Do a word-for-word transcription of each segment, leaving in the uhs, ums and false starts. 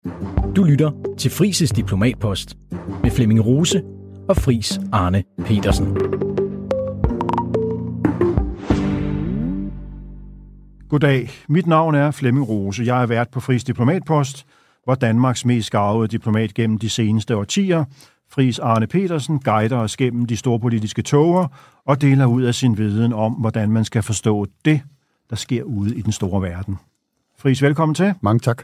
Du lytter til Friis' Diplomatpost med Flemming Rose og Friis Arne Petersen. Goddag, mit navn er Flemming Rose. Jeg er vært på Friis' Diplomatpost, hvor Danmarks mest garvede diplomat gennem de seneste årtier, Friis Arne Petersen, guider os gennem de storpolitiske tåger og deler ud af sin viden om, hvordan man skal forstå det, der sker ude i den store verden. Friis, velkommen til. Mange tak.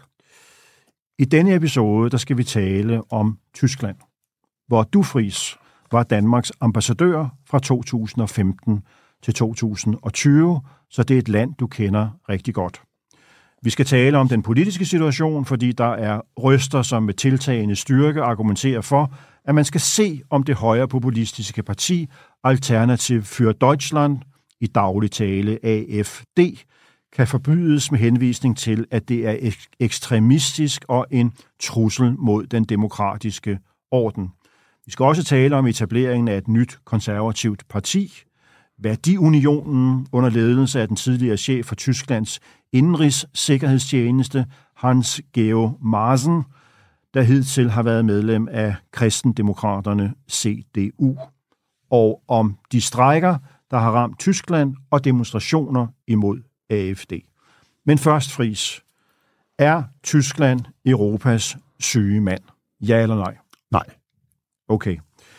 I denne episode, der skal vi tale om Tyskland, hvor du, Friis, var Danmarks ambassadør fra to tusind og femten til to tusind og tyve, så det er et land, du kender rigtig godt. Vi skal tale om den politiske situation, fordi der er røster, som med tiltagende styrke argumenterer for, at man skal se, om det højre populistiske parti Alternative für Deutschland, i daglig tale A F D, kan forbydes med henvisning til, at det er ek- ekstremistisk og en trussel mod den demokratiske orden. Vi skal også tale om etableringen af et nyt konservativt parti, Værdiunionen under ledelse af den tidligere chef for Tysklands indenrigssikkerhedstjeneste, Hans-Georg Maaßen, der hidtil har været medlem af Kristendemokraterne C D U, og om de strejker, der har ramt Tyskland, og demonstrationer imod A F D. Men først, Friis, er Tyskland Europas syge mand? Ja eller nej? Nej. Okay.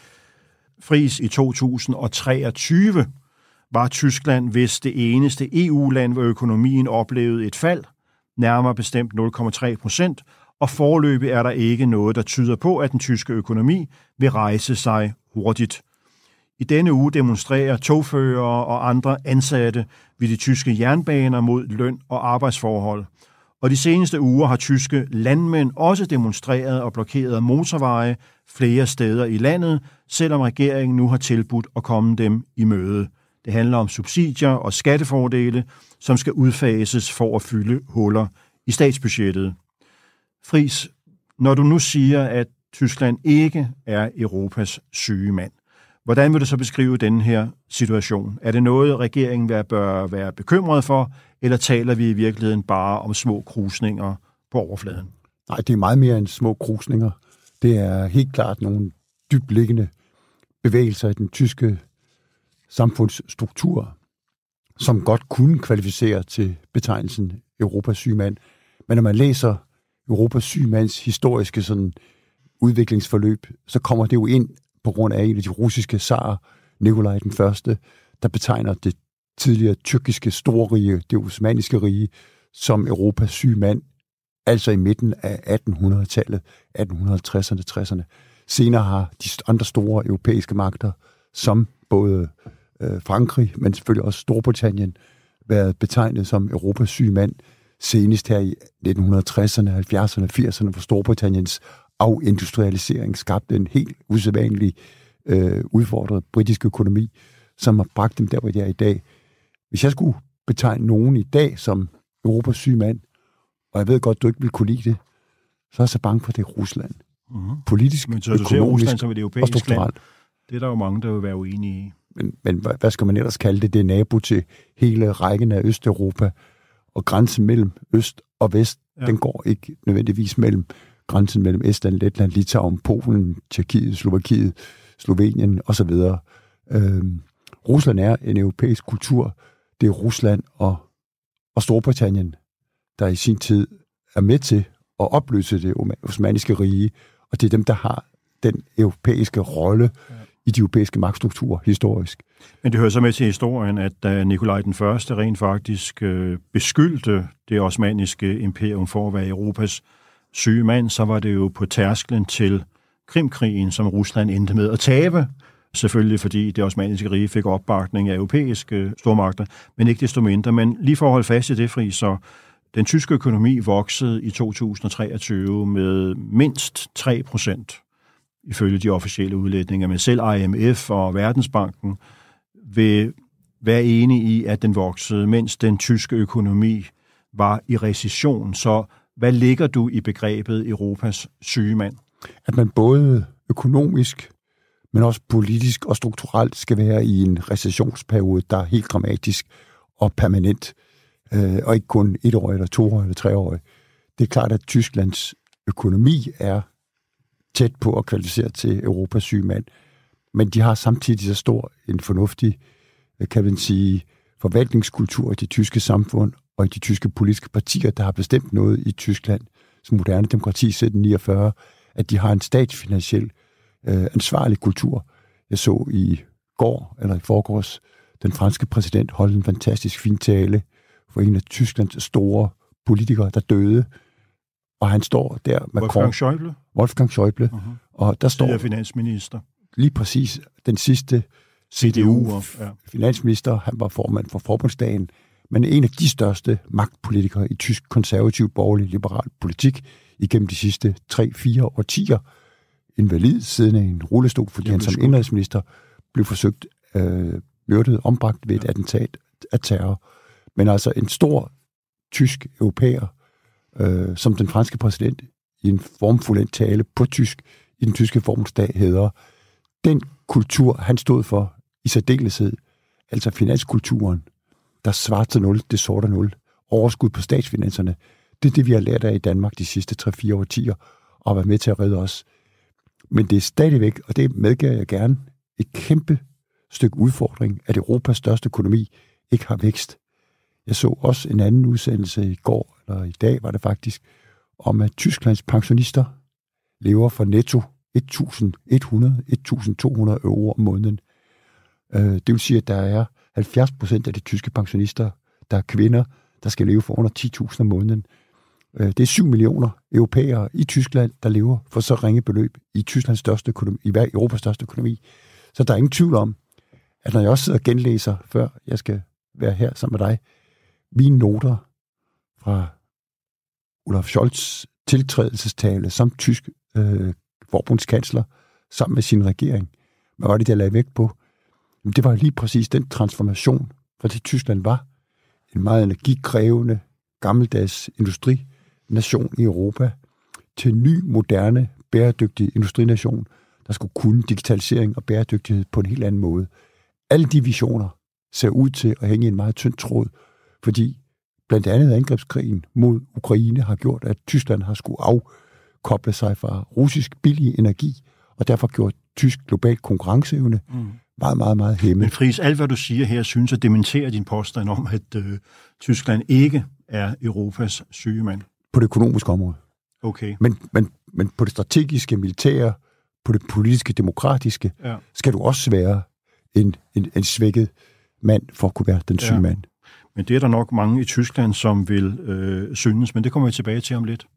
Friis, i to tusind og treogtyve var Tyskland vist det eneste E U-land, hvor økonomien oplevede et fald, nærmere bestemt nul komma tre procent, og foreløbig er der ikke noget, der tyder på, at den tyske økonomi vil rejse sig hurtigt. I denne uge demonstrerer togførere og andre ansatte ved de tyske jernbaner mod løn og arbejdsforhold. Og de seneste uger har tyske landmænd også demonstreret og blokeret motorveje flere steder i landet, selvom regeringen nu har tilbudt at komme dem i møde. Det handler om subsidier og skattefordele, som skal udfases for at fylde huller i statsbudgettet. Friis, når du nu siger, at Tyskland ikke er Europas syge mand, hvordan vil du så beskrive denne her situation? Er det noget, regeringen bør være bekymret for, eller taler vi i virkeligheden bare om små krusninger på overfladen? Nej, det er meget mere end små krusninger. Det er helt klart nogle dybliggende bevægelser i den tyske samfundsstruktur, som godt kunne kvalificere til betegnelsen Europas syge mand. Men når man læser Europas syge mands historiske sådan, udviklingsforløb, så kommer det jo ind på grund af en af de russiske zarer, Nikolaj den Første, der betegner det tidligere tyrkiske storrige, det osmanniske rige, som Europas syge mand, altså i midten af attenhundredetallet, atten halvtredserne, tresserne. Senere har de andre store europæiske magter, som både øh, Frankrig, men selvfølgelig også Storbritannien, været betegnet som Europas syge mand, senest her i nitten tresserne, halvfjerdserne, firserne, hvor Storbritanniens afindustrialisering skabte en helt usædvanlig øh, udfordret britisk økonomi, som har bragt dem der, hvor de er i dag. Hvis jeg skulle betegne nogen i dag som Europas syge mand, og jeg ved godt, du ikke vil kunne lide det, så er jeg så bange for, det er Rusland. Mm-hmm. Politisk, men så økonomisk Rusland som et europæisk og strukturelt. Land. Det er der jo mange, der vil være uenige i. Men, men hvad skal man ellers kalde det? Det er nabo til hele rækken af Østeuropa, og grænsen mellem øst og vest, ja. Den går ikke nødvendigvis mellem grænsen mellem Estland, Letland, Litauen, Polen, Tjekkiet, Slovakiet, Slovenien osv. Øhm, Rusland er en europæisk kultur. Det er Rusland og, og Storbritannien, der i sin tid er med til at opløse det osmanniske rige, og det er dem, der har den europæiske rolle ja. i de europæiske magtstrukturer historisk. Men det hører så med til historien, at da Nikolaj den Første rent faktisk øh, beskyldte det osmanniske imperium for at være Europas syge mand, så var det jo på tærsklen til Krimkrigen, som Rusland endte med at tabe. Selvfølgelig fordi det osmanniske rige fik opbakning af europæiske stormagter, men ikke desto mindre. Men lige for at holde fast i det, Friis, så den tyske økonomi voksede i to tusind og treogtyve med mindst tre procent, ifølge de officielle udlægninger. Men selv I M F og Verdensbanken vil være enige i, at den voksede, mens den tyske økonomi var i recession. Så hvad ligger du i begrebet Europas syge mand? At man både økonomisk, men også politisk og strukturelt skal være i en recessionsperiode, der er helt dramatisk og permanent, øh, og ikke kun et år, eller to år, eller tre år. Det er klart, at Tysklands økonomi er tæt på at kvalificere til Europas syge mand. Men de har samtidig så stor en fornuftig, kan man sige, forvaltningskultur i de tyske samfund og i de tyske politiske partier, der har bestemt noget i Tyskland som moderne demokrati siden niogfyrre, at de har en statsfinansiel øh, ansvarlig kultur. Jeg så i går, eller i forgårs, den franske præsident holdt en fantastisk fin tale for en af Tysklands store politikere, der døde, og han står der med Wolfgang Schäuble. Wolfgang Schäuble, uh-huh. Og der står finansminister. Lige præcis den sidste C D U-finansminister, ja. Han var formand for forbundsdagen, men en af de største magtpolitikere i tysk konservativ, borgerlig, liberal politik igennem de sidste tre-fire årtier. Invalid, siddende i en rullestol, fordi han som indrigsminister blev forsøgt øh, myrdet, ombragt ved et ja. attentat af terror. Men altså en stor tysk europæer, øh, som den franske præsident i en formfuld tale på tysk i den tyske forbundsdag hedder, den kultur, han stod for i særdeleshed, altså finanskulturen, der svarer til nul, det sorte nul, overskud på statsfinanserne, det er det, vi har lært af i Danmark de sidste tre-fire årtier, og har været med til at redde os. Men det er stadigvæk, og det medgiver jeg gerne, et kæmpe stykke udfordring, at Europas største økonomi ikke har vækst. Jeg så også en anden udsendelse i går, eller i dag var det faktisk, om at Tysklands pensionister lever for netto et tusind et hundrede til et tusind to hundrede euro om måneden. Det vil sige, at der er halvfjerds procent af de tyske pensionister, der er kvinder, der skal leve for under ti tusind om måneden. Det er syv millioner europæere i Tyskland, der lever for så ringe beløb i Tysklands største økonomi, i hver Europas største økonomi. Så der er ingen tvivl om, at når jeg også sidder og genlæser, før jeg skal være her sammen med dig, mine noter fra Olaf Scholz' tiltrædelsestale som tysk øh, forbundskansler sammen med sin regering. Hvad var det, der lagde vægt på? Jamen, det var lige præcis den transformation, for det Tyskland var en meget energikrævende, gammeldags industrination i Europa, til en ny, moderne, bæredygtig industrination, der skulle kunne digitalisering og bæredygtighed på en helt anden måde. Alle de visioner ser ud til at hænge i en meget tynd tråd, fordi blandt andet angrebskrigen mod Ukraine har gjort, at Tyskland har skulle afkoble sig fra russisk billig energi, og derfor gjort tysk global konkurrenceevne mm. meget, meget, meget hæmmet. Men Friis, alt hvad du siger her, synes at dementere din påstand om, at øh, Tyskland ikke er Europas syge mand. På det økonomiske område. Okay. Men, men, men på det strategiske, militære, på det politiske, demokratiske, ja. Skal du også være en, en, en svækket mand for at kunne være den syge ja. mand. Men det er der nok mange i Tyskland, som vil øh, synes, men det kommer vi tilbage til om lidt.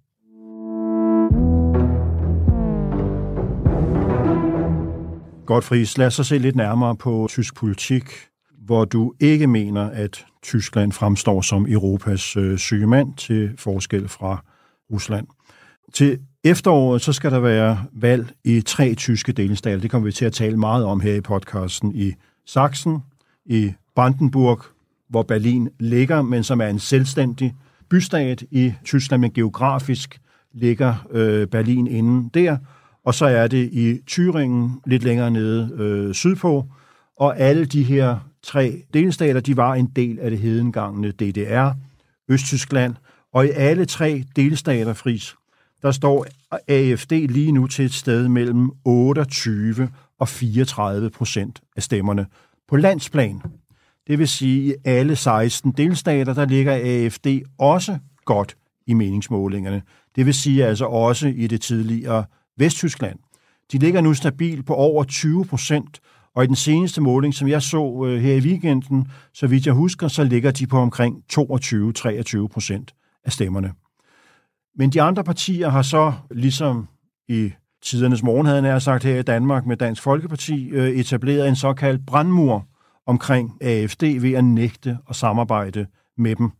Godt, Friis. Lad os så se lidt nærmere på tysk politik, hvor du ikke mener, at Tyskland fremstår som Europas øh, syge mand til forskel fra Rusland. Til efteråret så skal der være valg i tre tyske delstater. Det kommer vi til at tale meget om her i podcasten. I Sachsen, i Brandenburg, hvor Berlin ligger, men som er en selvstændig bystat i Tyskland, men geografisk ligger øh, Berlin inden der. Og så er det i Thüringen, lidt længere nede øh, sydpå. Og alle de her tre delstater, de var en del af det hedengangne D D R, Østtyskland. Og i alle tre delstater, Friis, der står A F D lige nu til et sted mellem otteogtyve og fireogtredive procent af stemmerne på landsplan. Det vil sige, at i alle seksten delstater, der ligger A F D også godt i meningsmålingerne. Det vil sige altså også i det tidligere Vesttyskland. De ligger nu stabilt på over tyve procent, og i den seneste måling, som jeg så øh, her i weekenden, så vidt jeg husker, så ligger de på omkring toogtyve til treogtyve procent af stemmerne. Men de andre partier har så, ligesom i tidernes morgen, havde jeg sagt her i Danmark med Dansk Folkeparti, øh, etableret en såkaldt brandmur omkring A F D ved at nægte at samarbejde med dem.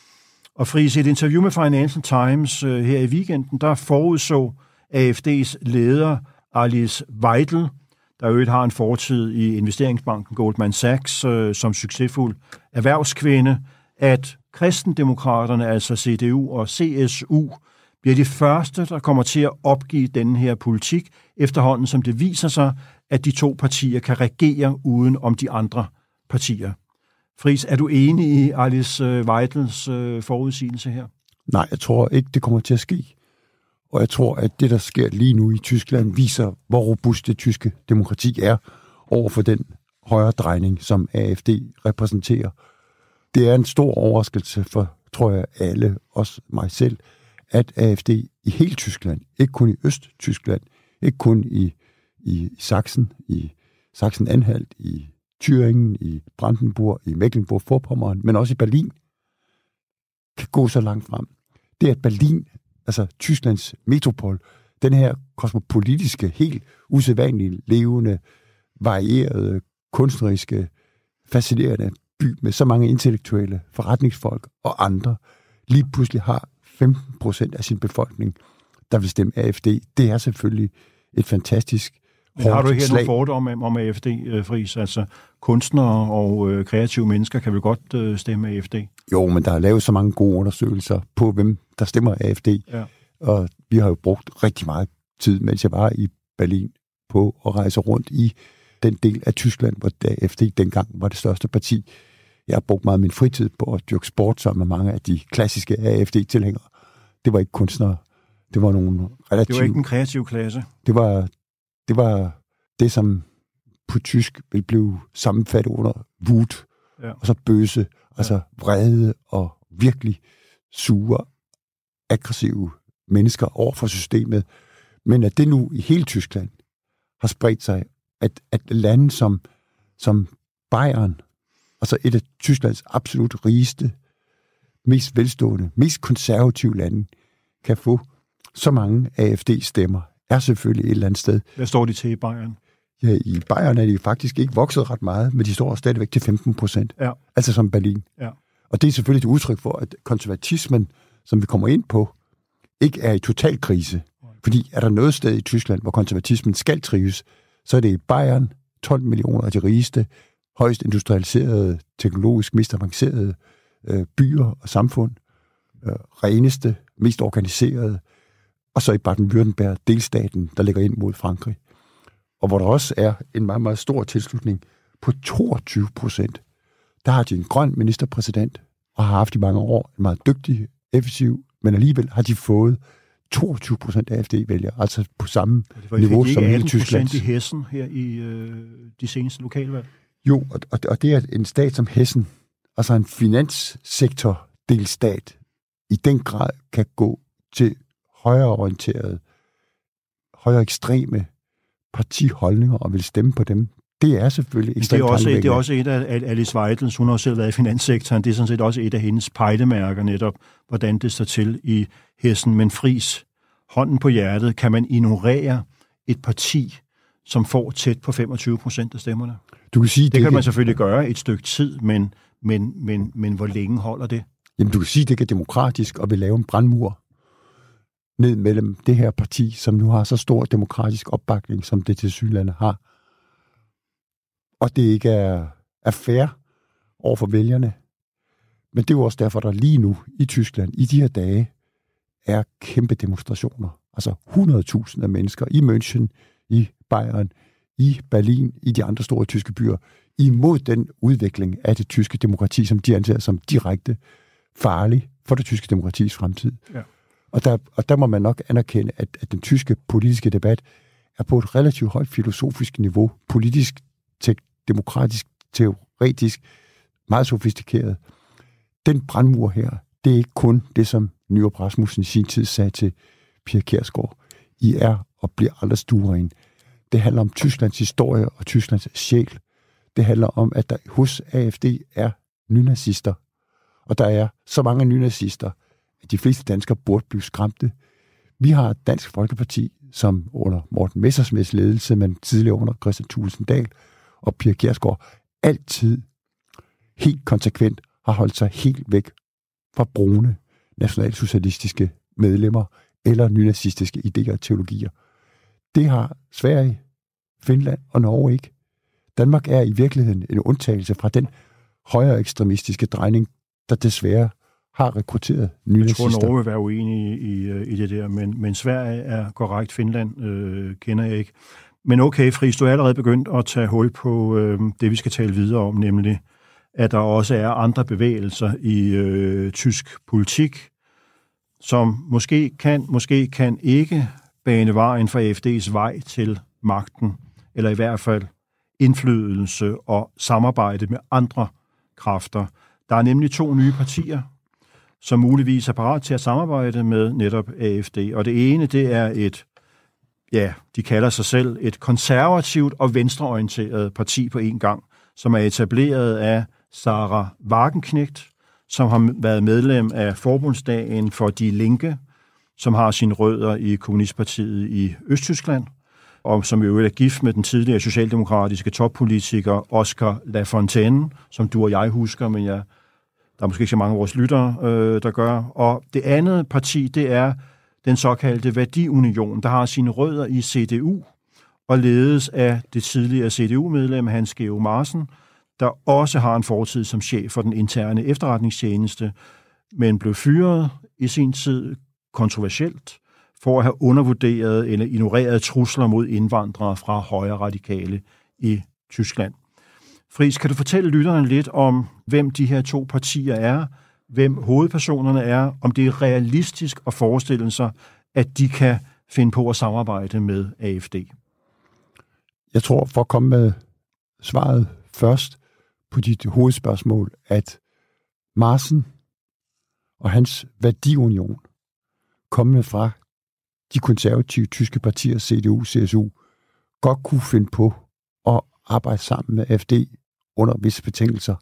Og Friis, i et interview med Financial Times øh, her i weekenden, der forudså A F D's leder Alice Weidel, der jo har en fortid i investeringsbanken Goldman Sachs øh, som succesfuld erhvervskvinde, at kristendemokraterne, altså C D U og C S U, bliver de første, der kommer til at opgive denne her politik, efterhånden som det viser sig, at de to partier kan regere uden om de andre partier. Friis, er du enig i Alice Weidels øh, forudsigelse her? Nej, jeg tror ikke, det kommer til at ske. Og jeg tror, at det, der sker lige nu i Tyskland, viser, hvor robust det tyske demokrati er over for den højre drejning, som A F D repræsenterer. Det er en stor overraskelse for, tror jeg, alle, også mig selv, at A F D i hele Tyskland, ikke kun i Øst-Tyskland, ikke kun i, i Sachsen, i Sachsen-Anhalt, i Thüringen, i Brandenburg, i Mecklenburg-Vorpommern, men også i Berlin, kan gå så langt frem. Det er, at Berlin, altså Tysklands metropol, den her kosmopolitiske, helt usædvanlige, levende, varierede, kunstneriske, fascinerende by med så mange intellektuelle, forretningsfolk og andre, lige pludselig har femten procent af sin befolkning, der vil stemme A F D. Det er selvfølgelig et fantastisk Men har du ikke nogle fordomme om, om A F D, Friis? Altså kunstnere og øh, kreative mennesker kan vel godt øh, stemme A F D? Jo, men der er lavet så mange gode undersøgelser på, hvem der stemmer A F D. Ja. Og vi har jo brugt rigtig meget tid, mens jeg var i Berlin, på at rejse rundt i den del af Tyskland, hvor A F D dengang var det største parti. Jeg har brugt meget af min fritid på at dyrke sport sammen med mange af de klassiske A F D-tilhængere. Det var ikke kunstnere. Det var nogle relativt... Det var ikke en kreativ klasse. Det var det, var det som på tysk vil blive sammenfattet under Wut, ja. Og så bøse, ja. Altså vrede og virkelig sure, aggressive mennesker over for systemet. Men at det nu i hele Tyskland har spredt sig, at, at lande som, som Bayern, altså et af Tysklands absolut rigeste, mest velstående, mest konservative lande, kan få så mange A F D-stemmer, er selvfølgelig et eller andet sted. Hvad står de til i Bayern? Ja, i Bayern er de faktisk ikke vokset ret meget, men de står stadigvæk til femten procent. Ja. Altså som Berlin. Ja. Og det er selvfølgelig et udtryk for, at konservatismen, som vi kommer ind på, ikke er i total krise. Fordi er der noget sted i Tyskland, hvor konservatismen skal trives, så er det i Bayern, tolv millioner af de rigeste, højst industrialiserede, teknologisk mest avancerede øh, byer og samfund, øh, reneste, mest organiserede, og så i Baden-Württemberg, delstaten, der ligger ind mod Frankrig. Og hvor der også er en meget, meget stor tilslutning på toogtyve procent. Der har de en grøn ministerpræsident, og har haft i mange år en meget dygtig, effektiv, men alligevel har de fået toogtyve procent af A F D-vælgere, altså på samme niveau som i Tyskland. i Hessen her i øh, de seneste lokalvalg? Jo, og, og, og det er en stat som Hessen, altså en finanssektor-delstat, i den grad kan gå til højreorienterede, højere ekstreme partiholdninger og vil stemme på dem. Det er selvfølgelig ekstremt det er også, det er også et af Alice Weidels, hun har selv været i finanssektoren, det er sådan set også et af hendes pejlemærker netop, hvordan det står til i Hessen. Men Friis, hånden på hjertet, kan man ignorere et parti, som får tæt på femogtyve procent af stemmerne? Du kan sige, det, det kan man selvfølgelig gøre et stykke tid, men, men, men, men hvor længe holder det? Jamen, du kan sige, det er demokratisk og vil lave en brandmur ned mellem det her parti, som nu har så stor demokratisk opbakning, som det tilsyneladende har. Og det ikke er, er fair over for vælgerne. Men det er jo også derfor, der lige nu i Tyskland, i de her dage, er kæmpe demonstrationer. Altså hundrede tusind af mennesker i München, i Bayern, i Berlin, i de andre store tyske byer, imod den udvikling af det tyske demokrati, som de anser som direkte farlig for det tyske demokratis fremtid. Ja. Og, der, og der må man nok anerkende, at, at den tyske politiske debat er på et relativt højt filosofisk niveau, politisk, te- demokratisk, teoretisk, meget sofistikeret. Den brandmur her, det er ikke kun det, som Nyrup Rasmussen i sin tid sagde til Pia Kjærsgaard. I er og bliver aldrig stueren. Det handler om Tysklands historie og Tysklands sjæl. Det handler om, at der hos A F D er nynazister. Og der er så mange nynazister, at de fleste danskere burde blive skræmte. Vi har et Dansk Folkeparti, som under Morten Messersmiths ledelse, men tidligere under Christian Thulesen Dahl og Pia Kjærsgaard, altid helt konsekvent har holdt sig helt væk fra brune nationalsocialistiske medlemmer eller nynazistiske idéer og teologier. Det har Sverige, Finland og Norge ikke. Danmark er i virkeligheden en undtagelse fra den højere ekstremistiske drejning, der desværre har rekrutteret nynazister. Jeg tror, Norge vil være uenige i, i, i det der, men, men Sverige er korrekt. Finland øh, kender jeg ikke. Men okay, Friis, du er allerede begyndt at tage hul på øh, det, vi skal tale videre om, nemlig at der også er andre bevægelser i øh, tysk politik, som måske kan, måske kan ikke bane vejen for A F D's vej til magten, eller i hvert fald indflydelse og samarbejde med andre kræfter. Der er nemlig to nye partier, som muligvis er parat til at samarbejde med netop A F D. Og det ene, det er et, ja, de kalder sig selv et konservativt og venstreorienteret parti på en gang, som er etableret af Sarah Wagenknecht, som har været medlem af Forbundsdagen for Die Linke, som har sine rødder i Kommunistpartiet i Østtyskland, og som i øvrigt er gift med den tidligere socialdemokratiske toppolitiker Oscar Lafontaine, som du og jeg husker, men jeg, der er måske ikke så mange af vores lyttere, øh, der gør. Og det andet parti, det er den såkaldte Værdiunion, der har sine rødder i C D U, og ledes af det tidligere C D U-medlem Hans Georg Madsen, der også har en fortid som chef for den interne efterretningstjeneste, men blev fyret i sin tid kontroversielt for at have undervurderet eller ignoreret trusler mod indvandrere fra højre radikale i Tyskland. Friis, kan du fortælle lytterne lidt om, hvem de her to partier er, hvem hovedpersonerne er, om det er realistisk at forestille sig, at de kan finde på at samarbejde med A F D? Jeg tror, for at komme med svaret først på dit hovedspørgsmål, at Madsen og hans værdiunion, kommende fra de konservative tyske partier, C D U, C S U, godt kunne finde på at arbejde sammen med A F D under visse betingelser.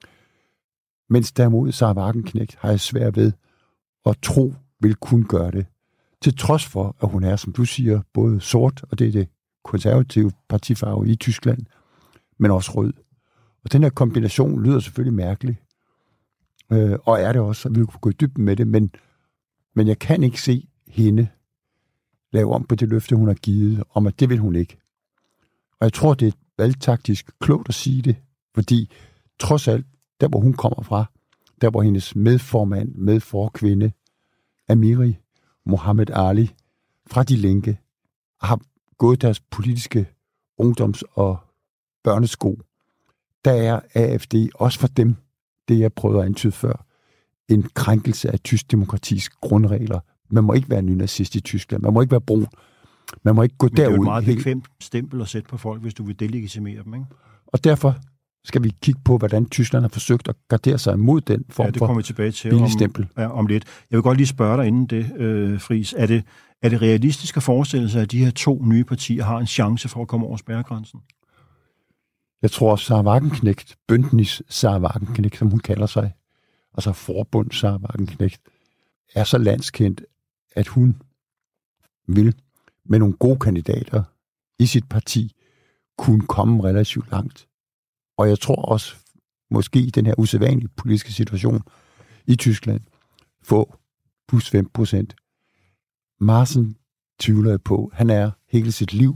Mens derimod Sarah Wagenknecht har jeg svært ved at tro, vil kunne gøre det. Til trods for, at hun er, som du siger, både sort, og det er det konservative partifarve i Tyskland, men også rød. Og den her kombination lyder selvfølgelig mærkelig, øh, og er det også, at vi kunne gå i dybden med det, men, men jeg kan ikke se hende lave om på det løfte, hun har givet, om at det vil hun ikke. Og jeg tror, det er valgtaktisk klogt at sige det, fordi trods alt, der hvor hun kommer fra, der hvor hendes medformand, medforkvinde, Amiri Mohammed Ali fra Die Linke, har gået deres politiske ungdoms- og børnesko, der er A F D også for dem, det jeg prøvede at antyde før, en krænkelse af tysk demokratis grundregler. Man må ikke være nynazist i Tyskland. Man må ikke være brun. Man må ikke gå derud. Det er jo et meget bekvemt stempel at sætte på folk, hvis du vil delegitimere dem, ikke? Og derfor skal vi kigge på, hvordan Tyskland har forsøgt at gardere sig imod den form ja, det kommer vi tilbage til om, stempel. Ja, om lidt. Jeg vil godt lige spørge dig inden det, øh, Friis. Er det, er det realistisk at forestille sig, at de her to nye partier har en chance for at komme over spærregrænsen? Jeg tror, at Sarah Wagenknecht, Bündnis Sarah Wagenknecht, som hun kalder sig, altså forbund Sarah Wagenknecht, er så landskendt, at hun vil med nogle gode kandidater i sit parti kunne komme relativt langt. Og jeg tror også, måske i den her usædvanlige politiske situation i Tyskland, få plus fem procent. Madsen tvivler jeg på. Han er hele sit liv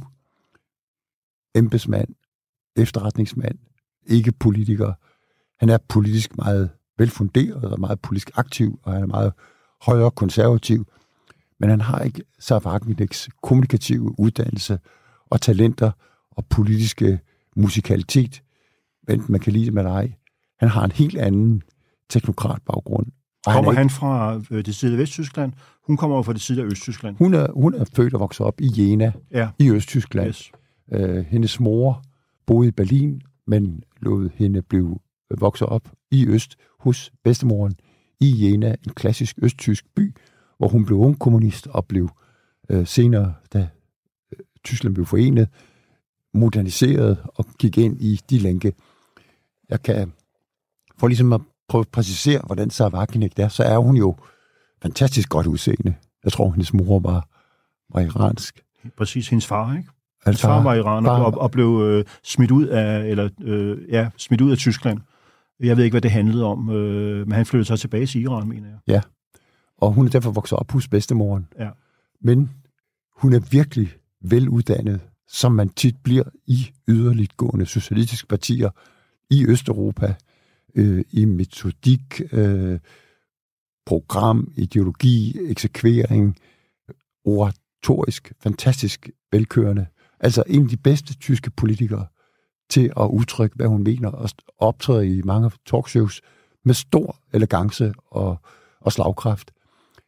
embedsmand, efterretningsmand, ikke politiker. Han er politisk meget velfunderet og meget politisk aktiv, og han er meget højere konservativ. Men han har ikke Sarah Wagenknechts kommunikative uddannelse og talenter og politiske musikalitet, men man kan lide det med dig. Han har en helt anden teknokratbaggrund. Kommer han, ikke... han fra det tidligere Vesttyskland? Hun kommer over fra det tidligere Østtyskland. Hun er, hun er født og vokset op i Jena, ja. i Østtyskland. Yes. Øh, hendes mor boede i Berlin, men lod hende blive vokset op i Øst hos bedstemoren i Jena, en klassisk østtysk by, hvor hun blev ung kommunist og blev øh, senere, da øh, Tyskland blev forenet, moderniseret og gik ind i Die Linke. Jeg kan, for ligesom at prøve at præcisere, hvordan Sarah Wagenknecht er, så er hun jo fantastisk godt udseende. Jeg tror, hendes mor var, var iransk. Præcis, hendes far, ikke? Hans far var iraner og, og blev øh, smidt ud af eller øh, ja, smidt ud af Tyskland. Jeg ved ikke, hvad det handlede om, øh, men han flyttede sig tilbage til Iran, mener jeg. Ja, og hun er derfor vokset op hos bedstemoren. Ja. Men hun er virkelig veluddannet, som man tit bliver i yderligtgående socialistiske partier i Østeuropa, øh, i metodik, øh, program, ideologi, eksekvering, oratorisk, fantastisk velkørende. Altså en af de bedste tyske politikere til at udtrykke, hvad hun mener, og optræde i mange talkshows med stor elegance og, og slagkraft.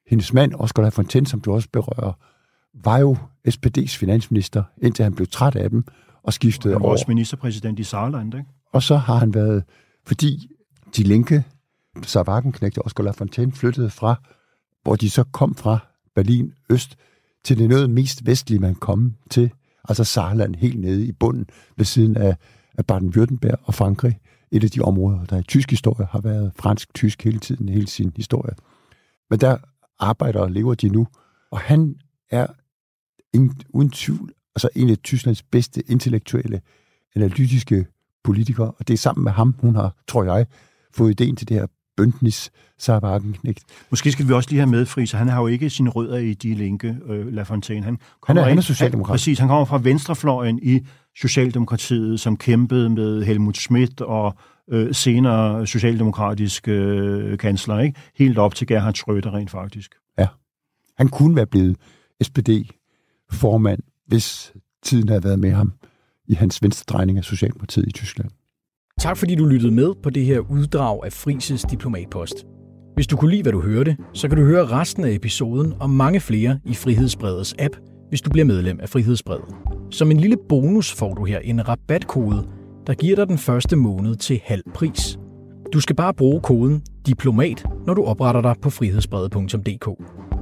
hendes mand, Oscar Lafontaine, som du også berører, var jo S P D's finansminister, indtil han blev træt af dem og skiftede over. Han var også ministerpræsident i Saarland, ikke? Og så har han været, fordi de linke, Sarah Wagenknecht og Oscar Lafontaine flyttede fra, hvor de så kom fra Berlin øst, til det noget mest vestlige, man kom til, altså Saarland, helt nede i bunden, ved siden af, af Baden-Württemberg og Frankrig, et af de områder, der i tysk historie har været fransk-tysk hele tiden, hele sin historie. Men der arbejder og lever de nu, og han er en, uden tvivl altså en af Tysklands bedste intellektuelle, analytiske politikere, og det er sammen med ham, hun har, tror jeg, fået ideen til det her Bündnis Sarah Wagenknecht. Måske skal vi også lige have med, Friis, han har jo ikke sine rødder i Die Linke, øh, Lafontaine. Han, han, er, ind, han er socialdemokrat. Han, præcis, han kommer fra venstrefløjen i Socialdemokratiet, som kæmpede med Helmut Schmidt og øh, senere socialdemokratisk øh, kansler, ikke? Helt op til Gerhard Schröder rent faktisk. Ja, han kunne være blevet S P D-formand, hvis tiden havde været med ham i hans venstredrejning af Socialdemokratiet i Tyskland. Tak fordi du lyttede med på det her uddrag af Friis' Diplomatpost. Hvis du kunne lide, hvad du hørte, så kan du høre resten af episoden og mange flere i Frihedsbrevets app, hvis du bliver medlem af Frihedsbrevet. Som en lille bonus får du her en rabatkode, der giver dig den første måned til halv pris. Du skal bare bruge koden DIPLOMAT, når du opretter dig på frihedsbrevet punktum d k.